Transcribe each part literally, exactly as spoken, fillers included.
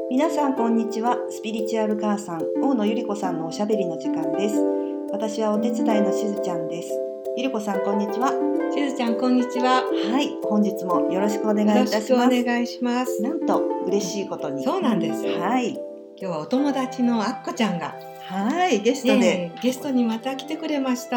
皆さんこんにちは。スピリチュアル母さん大野ゆり子さんのおしゃべりの時間です。私はお手伝いのしずちゃんです。ゆり子さんこんにちは。 しずちゃんこんにちは。 はい、本日もよろしくお願いいたします。 よろしくお願いします。 なんと嬉しいことに、 そうなんですよ。 はい、 今日はお友達のあっこちゃんがはいゲストで、 ね、ゲストにまた来てくれました。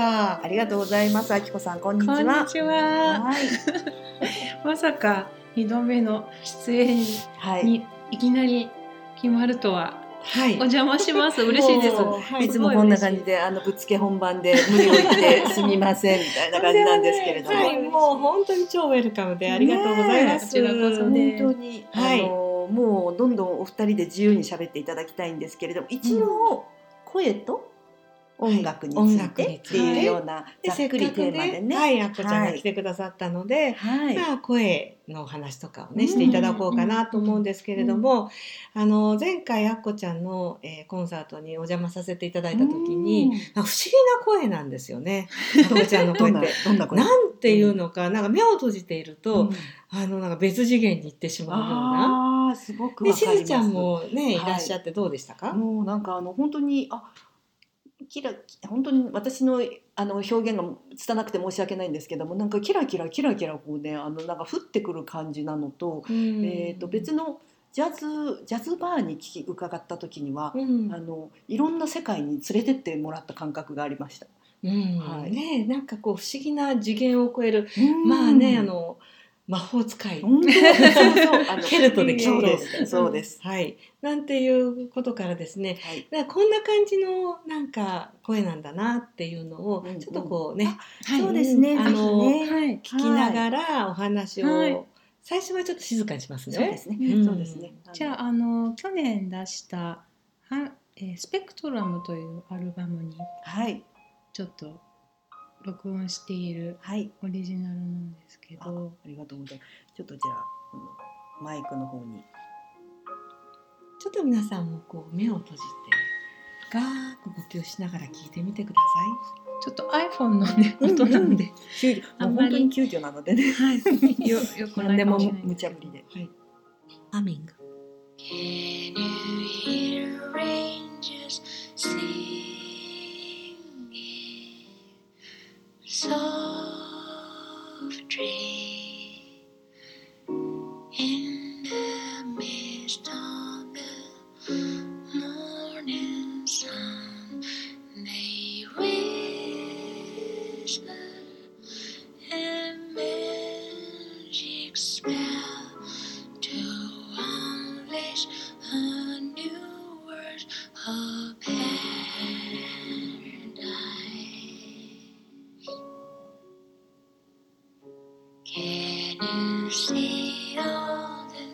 ありがとうございます。あきこさんこんにちは。 こんにちは。 はいまさかにどめの出演にいきなり決まるとは、はい、お邪魔します。嬉しいです。 はい、いつもこんな感じであのぶっつけ本番で無理を言ってすみませんみたいな感じなんですけれども、 はい、もう本当に超ウェルカムでありがとうございます。 こちらこそね、本当に、 はい、 あのもうどんどんお二人で自由に喋っていただきたいんですけれども、一応声と音楽についてっていうようなざっくりテーマでね、 はい、あっこちゃんが来てくださったので、 はい、 まあ、声の話とかをねしていただこうかなと思うんですけれども、あの前回あっこちゃんの、えー、コンサートにお邪魔させていただいた時に、不思議な声なんですよね。あっこちゃんの声ってどんな声なんていうのか、なんか目を閉じていると、うん、あのなんか別次元に行ってしまうような。 あ、すごくわかります。 でしずちゃんもねいらっしゃってどうでしたか？ はい、もうなんかあの本当にあキラ本当に私のあの表現が拙なくて申し訳ないんですけども、なんかキラキラキラキラこうね、あのなんか降ってくる感じなのと、えー、と別のジャズジャズバーに聞き伺った時には、うん、あのいろんな世界に連れてってもらった感覚がありました。 うんはい、ね、なんかこう不思議な次元を超える、まあね、あの魔法使い、 本当そうそうあのケルトでそうですそうです、 うん、はい、なんていうことからですね、はい、だからこんな感じのなんか声なんだなっていうのをちょっとこうね、 うんうん、そうですね、 あの、 ね、 聞きながらお話を、はい、最初はちょっと静かにしますね。 そうですね、うん、そうですね。 じゃあ、あの去年出したは、えー、スペクトラムというアルバムにちょっと録音しているオリジナルなんですけど、 はい、あ, ありがとうございます。ちょっとじゃあこのマイクの方にちょっと皆さんもこう目を閉じてガーッと呼吸しながら聞いてみてください。 ちょっと iPhone のね音なんで、 うんうん、もう本当に急遽なのでね、 はい、よよく何でも無茶ぶりで、 はい、アミング。 Softly in the midst of the morning sun, they whisper a magic spell to unleash a new world of paradise. Can you see all the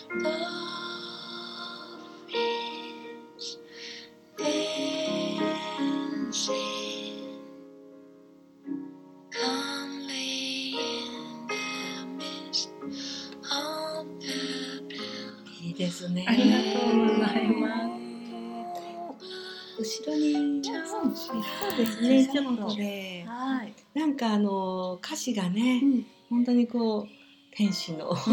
dolphins dancing calmly in the midst of the blue? いいですね。 ありがとうございます。 後ろにそうですね、ちょっとで、はい、なんかあの歌詞がね、うん、本当にこう天使のなんか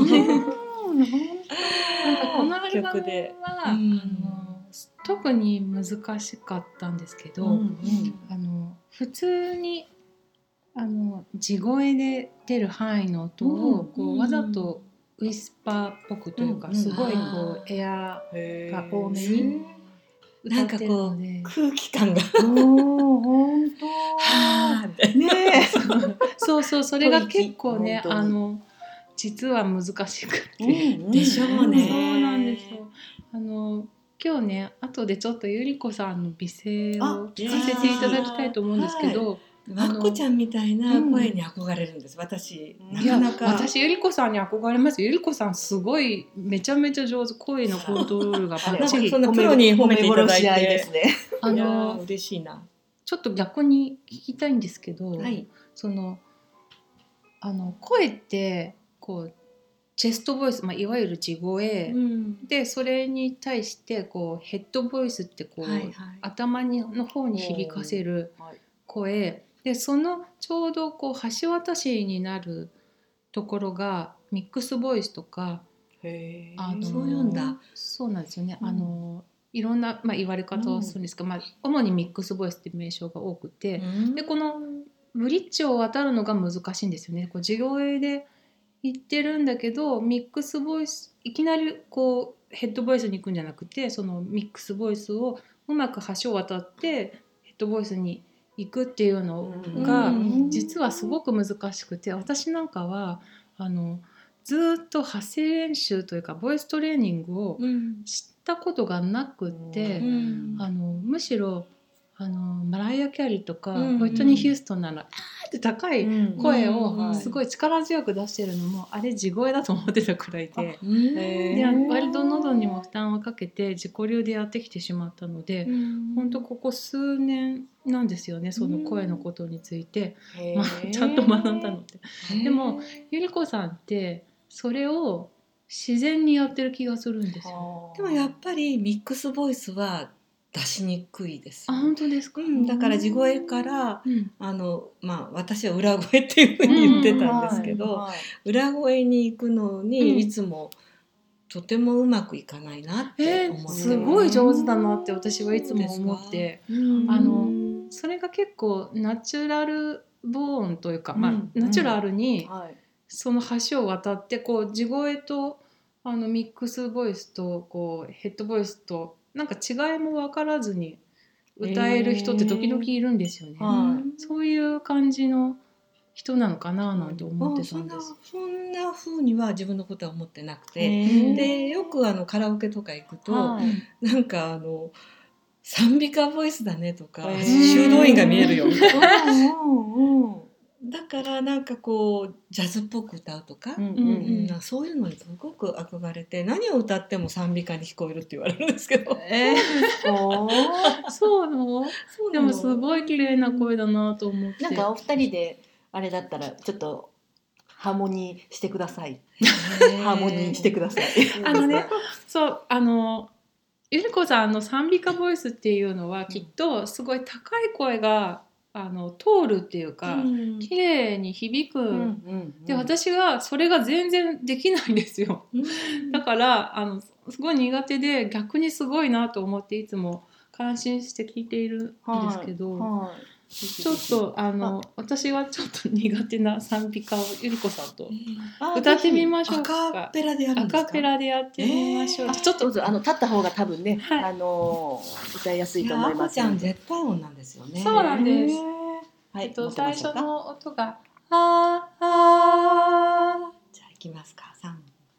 このアルバムは、うん、あの特に難しかったんですけど、うんうん、あの普通にあの地声で出る範囲の音をこう、うん、わざとウィスパーっぽくというか、うん、すごいこうエアが多めになんかこう空気感がお本当はーねそうそう、それが結構ねあの実は難しくて、 うん、でしょうね。 そうなんですよ。あの今日ね後でちょっとゆり子さんの美声を聞かせていただきたいと思うんですけど、 あっこちゃんみたいな声に憧れるんです、うん、私なかなか。 いや私ゆり子さんに憧れます。ゆり子さんすごいめちゃめちゃ上手、声のコントロールがバッチリ。 そんなプロに褒めていただいてですね。 あの嬉しいな。 ちょっと逆に聞きたいんですけど、 はい、 そのあの声ってこうチェストボイス、まあ、いわゆる地声、うん、でそれに対してこうヘッドボイスってこう、はいはい、頭にの方に響かせる声で、そのちょうどこう橋渡しになるところがミックスボイスとかへーあのそういうんだ。 そうなんですよね。 うんあのいろんな、まあ、言われ方をするんですが、まあ、主にミックスボイスっていう名称が多くて、 うんでこのブリッジを渡るのが難しいんですよね。こう地声で言ってるんだけどミックスボイスいきなりこうヘッドボイスに行くんじゃなくて、そのミックスボイスをうまく橋を渡ってヘッドボイスに行くっていうのが、 うん実はすごく難しくて、私なんかはあのずっと発声練習というかボイストレーニングをうん知ったことがなくって、 うんあのむしろあのマライア・キャリーとか、 うんホイットニー・ヒューストンならあーって高い声うんをすごい力強く出してるのも、あれ地声だと思ってたくらいで、 うんへでー割と喉にも負担をかけて自己流でやってきてしまったので、本当ここ数年なんですよね、その声のことについて、 へーまあ、ちゃんと学んだのって。でもへゆりこさんってそれを自然にやってる気がするんですよ。 ーでもやっぱりミックスボイスは出しにくいですあ、本当ですか。 うん、だから地声からうんあの、まあ、私は裏声っていうふうに言ってたんですけど、 はいはい裏声に行くのうんにいつもとてもうまくいかないなってえー、 思ってます、 すごい上手だなって私はいつも思って、 うんあのそれが結構ナチュラルボーンというか、まあうんナチュラルにはいその橋を渡ってこう地声とあのミックスボイスとこうヘッドボイスとなんか違いも分からずに歌える人って時々いるんですよね。 はいそういう感じの人なのかななんて思ってあそんなたんです。 そんな風には自分のことは思ってなくて、 へーでよくあのカラオケとか行くと、 はいなんかあの賛美歌ボイスだねとか、 へー修道院が見えるよみたいな。 うんうんうんだからなんかこうジャズっぽく歌うとか、 うんうんうんなんかそういうのにすごく憧れて、何を歌っても賛美歌に聞こえるって言われるんですけど、 えー、そうなの？でもすいごい綺麗な声だなと思って。 なんかお二人であれだったらちょっとハーモニーしてください。ハーモニーしてください。 あのね、そうあのゆりこさんの賛美歌ボイスっていうのはきっとすごい高い声があの通るっていうか、 うん綺麗に響く、 うんうんうんで私はそれが全然できないんですよ。 うんだからあのすごい苦手で逆にすごいなと思っていつも感心して聞いているんですけど、 はいはいちょっとあの私はちょっと苦手な賛美歌をゆりこさんとあ歌ってみましょアうか。 カペラでやるアんですか？ カペラでやってみましょう。 あちょっとどうぞあの立った方が多分ね、 はいあの歌いやすいと思います。 いやあこちゃん絶対音なんですよね。 そうなんですへーはい、 えっと乗せま最しょうか初の音があーあじゃあ行きますか。三。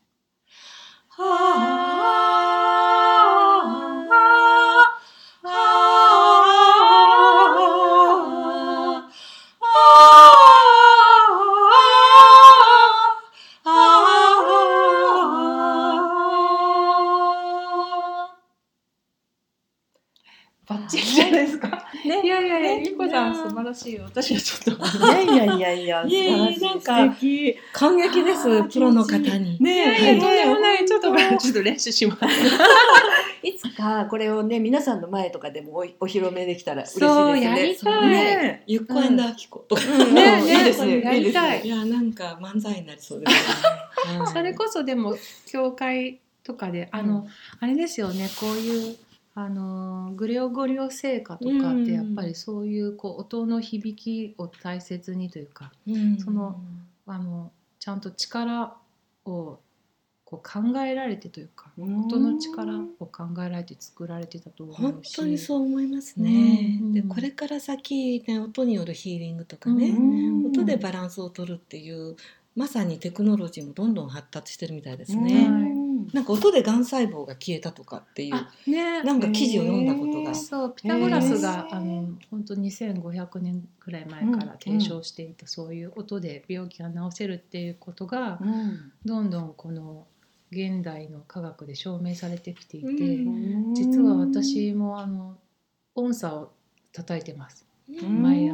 ーバッチリじゃないですか。 ねいやいやいや、 ねゆりこさん素晴らしいよ。私はちょっといやいやいやいや、 いやいや素晴らしいなんか素敵感激ですあープロの方に。 ねいやいや、とんでもない。ちょっと本当ちょっと練習します。 いつかこれをね皆さんの前とかでもおお披露目できたら嬉しいですね。 そうやりたいねゆっこえんだあきことか。 うんねねいいですね。 やりたいいやなんか漫才になりそうですよね。はいそれこそでも教会とかであの、 うんあれですよね、こういうあのグレオゴリオ聖歌とかってやっぱりそういうこう音の響きを大切にというか、 うんそのあのちゃんと力をこう考えられてというか、 うん音の力を考えられて作られてたと思うし、 本当にそう思いますね。 うんでこれから先ね音によるヒーリングとかね、 うん音でバランスを取るっていうまさにテクノロジーもどんどん発達してるみたいですうね。 んなんか音でがん細胞が消えたとかっていうあねなんか記事を読んだことが。 そうピタゴラスがへーあの本当にせんごひゃくねんくらい前から提唱していた、そういう音で病気が治せるっていうことがうんどんどんこの現代の科学で証明されてきていて、 うん実は私もあの音叉を叩いてます。毎朝うん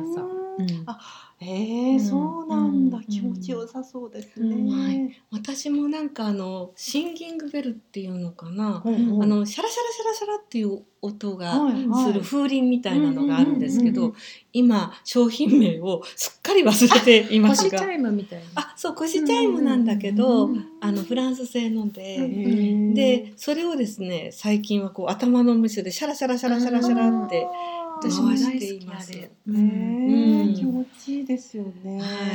うん、あ、へえ、そうなんだ、うん、気持ちよさそうですね、うんはい、私もなんかあのシンギングベルっていうのかな、 うんうん、 あのシャラシャラシャラシャラっていう音がする風鈴みたいなのがあるんですけど、今商品名をすっかり忘れていますが、 腰チャイムみたいな、 あ、そう、腰チャイムなんだけど、うんうん、あのフランス製ので、うん、でそれをですね、最近はこう頭の虫でシャラシャラシャラシャラシャラって私も大好きあれ、うんうん、 気持ちいいですよね。 はい、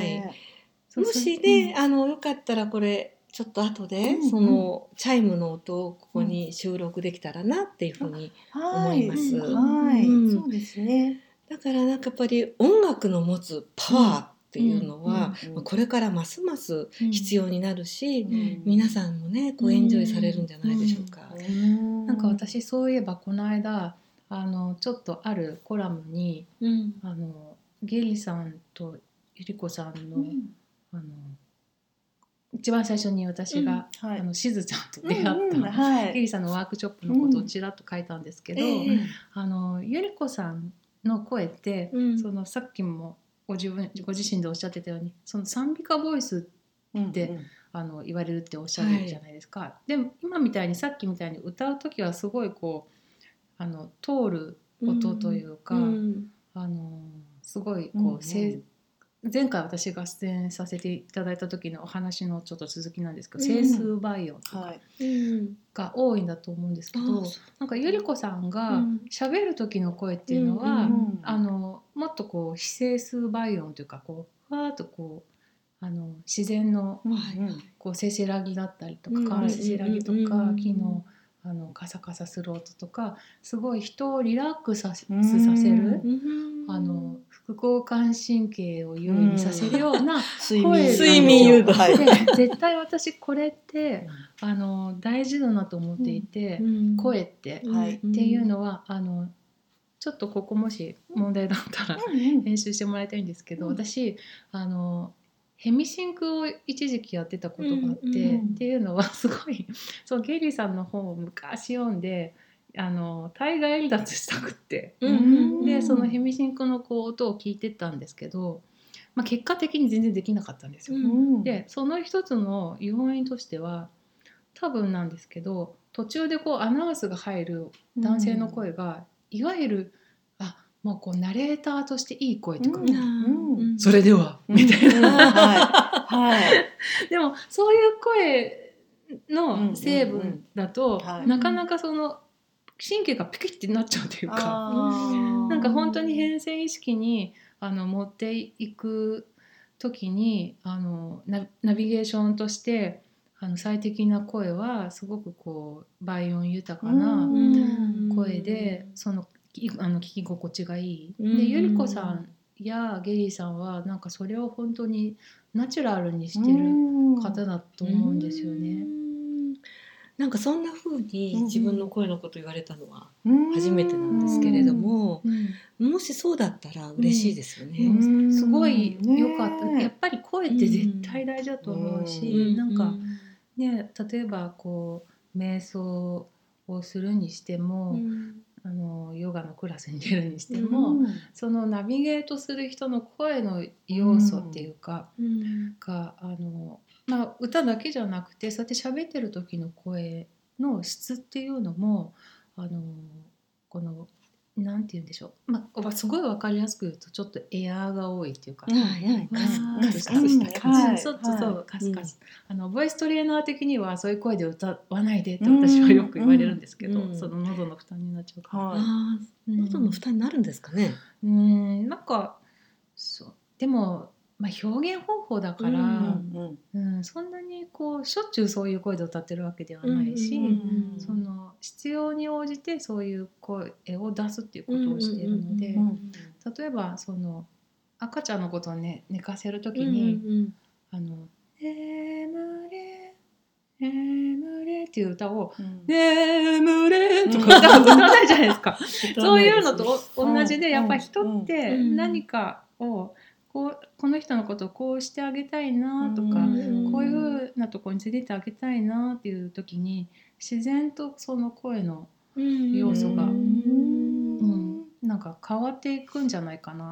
もしね、うん、あのよかったらこれちょっと後で、うんうん、そのチャイムの音をここに収録できたらなっていうふうに思います。 はい、うん、そうですね。 だからなんかやっぱり音楽の持つパワーっていうのは、うんうん、これからますます必要になるし、うん、皆さんもねこうエンジョイされるんじゃないでしょうか。 うんうん、なんか私そういえばこの間あのちょっとあるコラムに、うん、あのゲリさんとゆりこさんの、うん、あの一番最初に私が、うんはい、あのしずちゃんと出会った、うんうんはい、ゲリさんのワークショップのことをちらっと書いたんですけど、うんえー、あのゆりこさんの声って、うん、そのさっきもご自分ご自身でおっしゃってたようにその賛美歌ボイスって、うんうん、あの言われるっておっしゃるじゃないですか、はい、でも今みたいにさっきみたいに歌う時はすごいこうあの通る音というか、うん、あのすごいこう、うんうん、前回私が出演させていただいた時のお話のちょっと続きなんですけど、うん、整数倍音とかが多いんだと思うんですけど、うん、なんかゆりこさんが喋る時の声っていうのは、うん、あのもっとこう非整数倍音というかこうふわっとこうあの自然の、うん、こうせせらぎだったりとか、うん、せせらぎとか、木のあのカサカサする音とかすごい人をリラックスさせる、あの副交感神経を優位にさせるような声睡眠誘導で絶対私これってあの大事だなと思っていて、うん、声って、うん、っていうのはあのちょっとここもし問題だったら編集してもらいたいんですけど、うん、私あのヘミシンクを一時期やってたことがあって、うんうん、っていうのはすごいそうゲリーさんの本を昔読んであの体外離脱したくって、うん、でそのヘミシンクのこう音を聞いてたんですけど、まあ、結果的に全然できなかったんですよ、うん、でその一つの要因としては多分なんですけど途中でこうアナウンスが入る男性の声が、うん、いわゆるもうこうナレーターとしていい声とか、うんうん、それでは、うん、みたいな、うんはいはい、でもそういう声の成分だと、うんうんうん、なかなかその神経がピキッてなっちゃうというか、なんか本当に変遷意識にあの持っていく時にあの ナ, ナビゲーションとしてあの最適な声はすごくこう倍音豊かな声でそのあの聞き心地がいい、うん、でゆりこさんやゲリーさんはなんかそれを本当にナチュラルにしてる方だと思うんですよね、うん、 なんかそんな風に自分の声のこと言われたのは初めてなんですけれども、うん、もしそうだったら嬉しいですよね、 うん、すごい良かった、ね、やっぱり声って絶対大事だと思うし、うん、なんかね例えばこう瞑想をするにしても、うんあのヨガのクラスに出るにしても、うん、そのナビゲートする人の声の要素っていうか、うん、があの、まあ、歌だけじゃなくてそうやって喋ってる時の声の質っていうのもあのこのなんて言うんでしょう、まあ、すごい分かりやすく言うとちょっとエアーが多いっていうか、うんはいはい、カスカスカスした感じ、そうそうカスカス、うん、あのボイストレーナー的にはそういう声で歌わないでって私はよく言われるんですけど、うん、その喉の負担になっちゃうから、うん、 あ喉の負担になるんですかね、 うん、なんかそうでもまあ、表現方法だから、うんうんうん、そんなにこうしょっちゅうそういう声で歌ってるわけではないし、うんうんうん、その必要に応じてそういう声を出すっていうことをしているので、うんうんうん、例えばその赤ちゃんのことを、ね、寝かせるときに、うんうん、あの眠れ眠れっていう歌を、うん、眠れとか歌わないじゃないですか、うん、そういうのと同じで、やっぱり人って何かをこうこの人のことをこうしてあげたいなとか、うん、こういう風なところに連れてってあげたいなっていう時に自然とその声の要素が、うんうん、なんか変わっていくんじゃないかなっ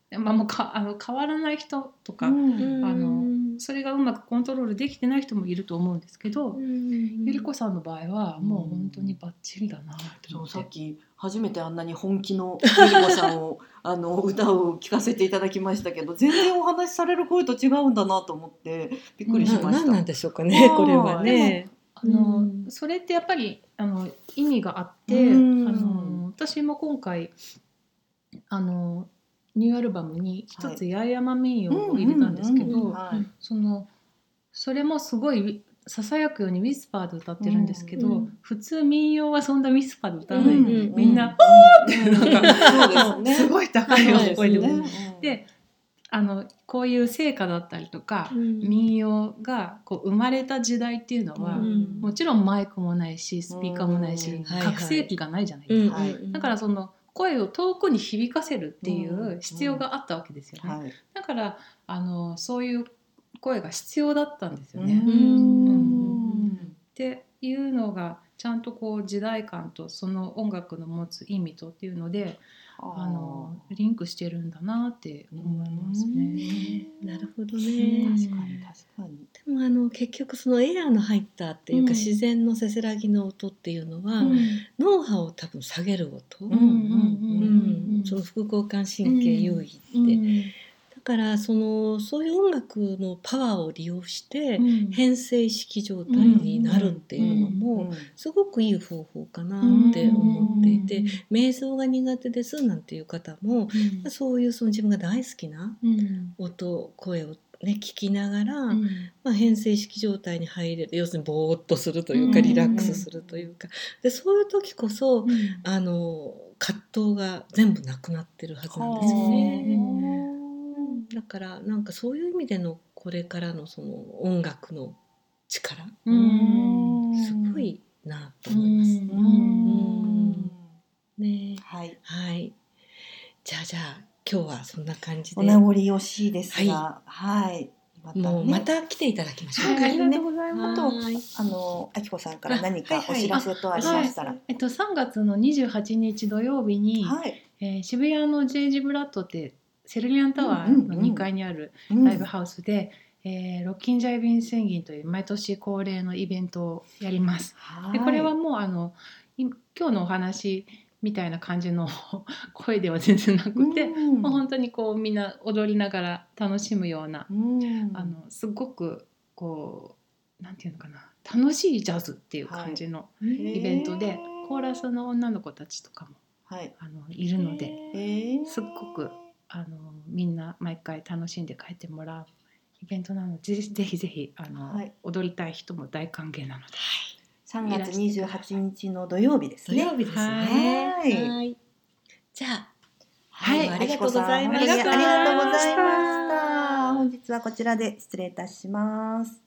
まあ、もうかあの変わらない人とか、 うんあのそれがうまくコントロールできてない人もいると思うんですけど、 うんゆり子さんの場合はもう本当にバッチリだなとそう思って。 さっき初めてあんなに本気のゆり子さんをあの歌を聴かせていただきましたけど、全然お話しされる声と違うんだなと思ってびっくりしました。 ななんなんでしょうかねこれはね。 あのうんそれってやっぱりあの意味があって、 うんあの私も今回あのニューアルバムに一つ八重山民謡を入れたんですけど、 うんうんうんはいそのそれもすごいささやくようにウィスパーで歌ってるんですけど、 うん普通民謡はそんなウィスパーで歌わないで、 うんみんな、 うんなんかそうですね。 すごい高い声で、 そうですねであのこういう聖歌だったりとか、 うん民謡がこう生まれた時代っていうのは、 うんもちろんマイクもないしスピーカーもないし、 うん拡声器がないじゃないですか、 はいだからその声を遠くに響かせるっていう必要があったわけですよね、 はい。 だからあのそういう声が必要だったんですよね、 うんうんっていうのがちゃんとこう時代感とその音楽の持つ意味とっていうのであのリンクしてるんだなって思いますね。 なるほどうんね。 確かに確かに。 でもあの結局そのエアーの入ったっていうか、 うん自然のせせらぎの音っていうのは、 うん脳波を多分下げる音、 うんうんうんその副交感神経優位って、 うんだからそのそういう音楽のパワーを利用してうん変性意識状態になるっていうのもすごくいい方法かなって思っていて、瞑想が苦手ですなんていう方もうんそういうその自分が大好きなうん音声をね聞きながら、 うんまあ、変性意識状態に入れる、要するにぼーっとするというかうんリラックスするというか、でそういう時こそうんあの葛藤が全部なくなってるはずなんですよね。だからなんかそういう意味でのこれからのその音楽の力、 うんすごいなと思います。 うんうんね、 はい。 はい。じゃあじゃあ今日はそんな感じで、 お名残惜しいですが、はい。またねもうまた来ていただきましょうか。 はい、ありがとうございます。 とはいあのあきこさんから何かあはいはいお知らせとありましたら、 えっと、さんがつのにじゅうはちにち土曜日に、 はい。 えー渋谷の ジェイジ ブラッドってセルリアンタワーのにかいにあるライブハウスで、えーロッキンジャイビン宣言という毎年恒例のイベントをやります。 はいでこれはもうあのい今日のお話みたいな感じの声では全然なくて、 うんもう本当にこうみんな踊りながら楽しむような、 うんあのすごくこうなんていうのかな、楽しいジャズっていう感じのイベントで、コーラスの女の子たちとかもはい。 あのいるので、 えーすっごくあのみんな毎回楽しんで帰ってもらうイベントなので、ぜひぜひぜひあの、 はい踊りたい人も大歓迎なので。 さんがつにじゅうはちにちの土曜日です土ね。 曜日ですね。 はいはい。じゃあ、 はい、 ありがとうございました。 ありがとうございました。本日はこちらで失礼いたします。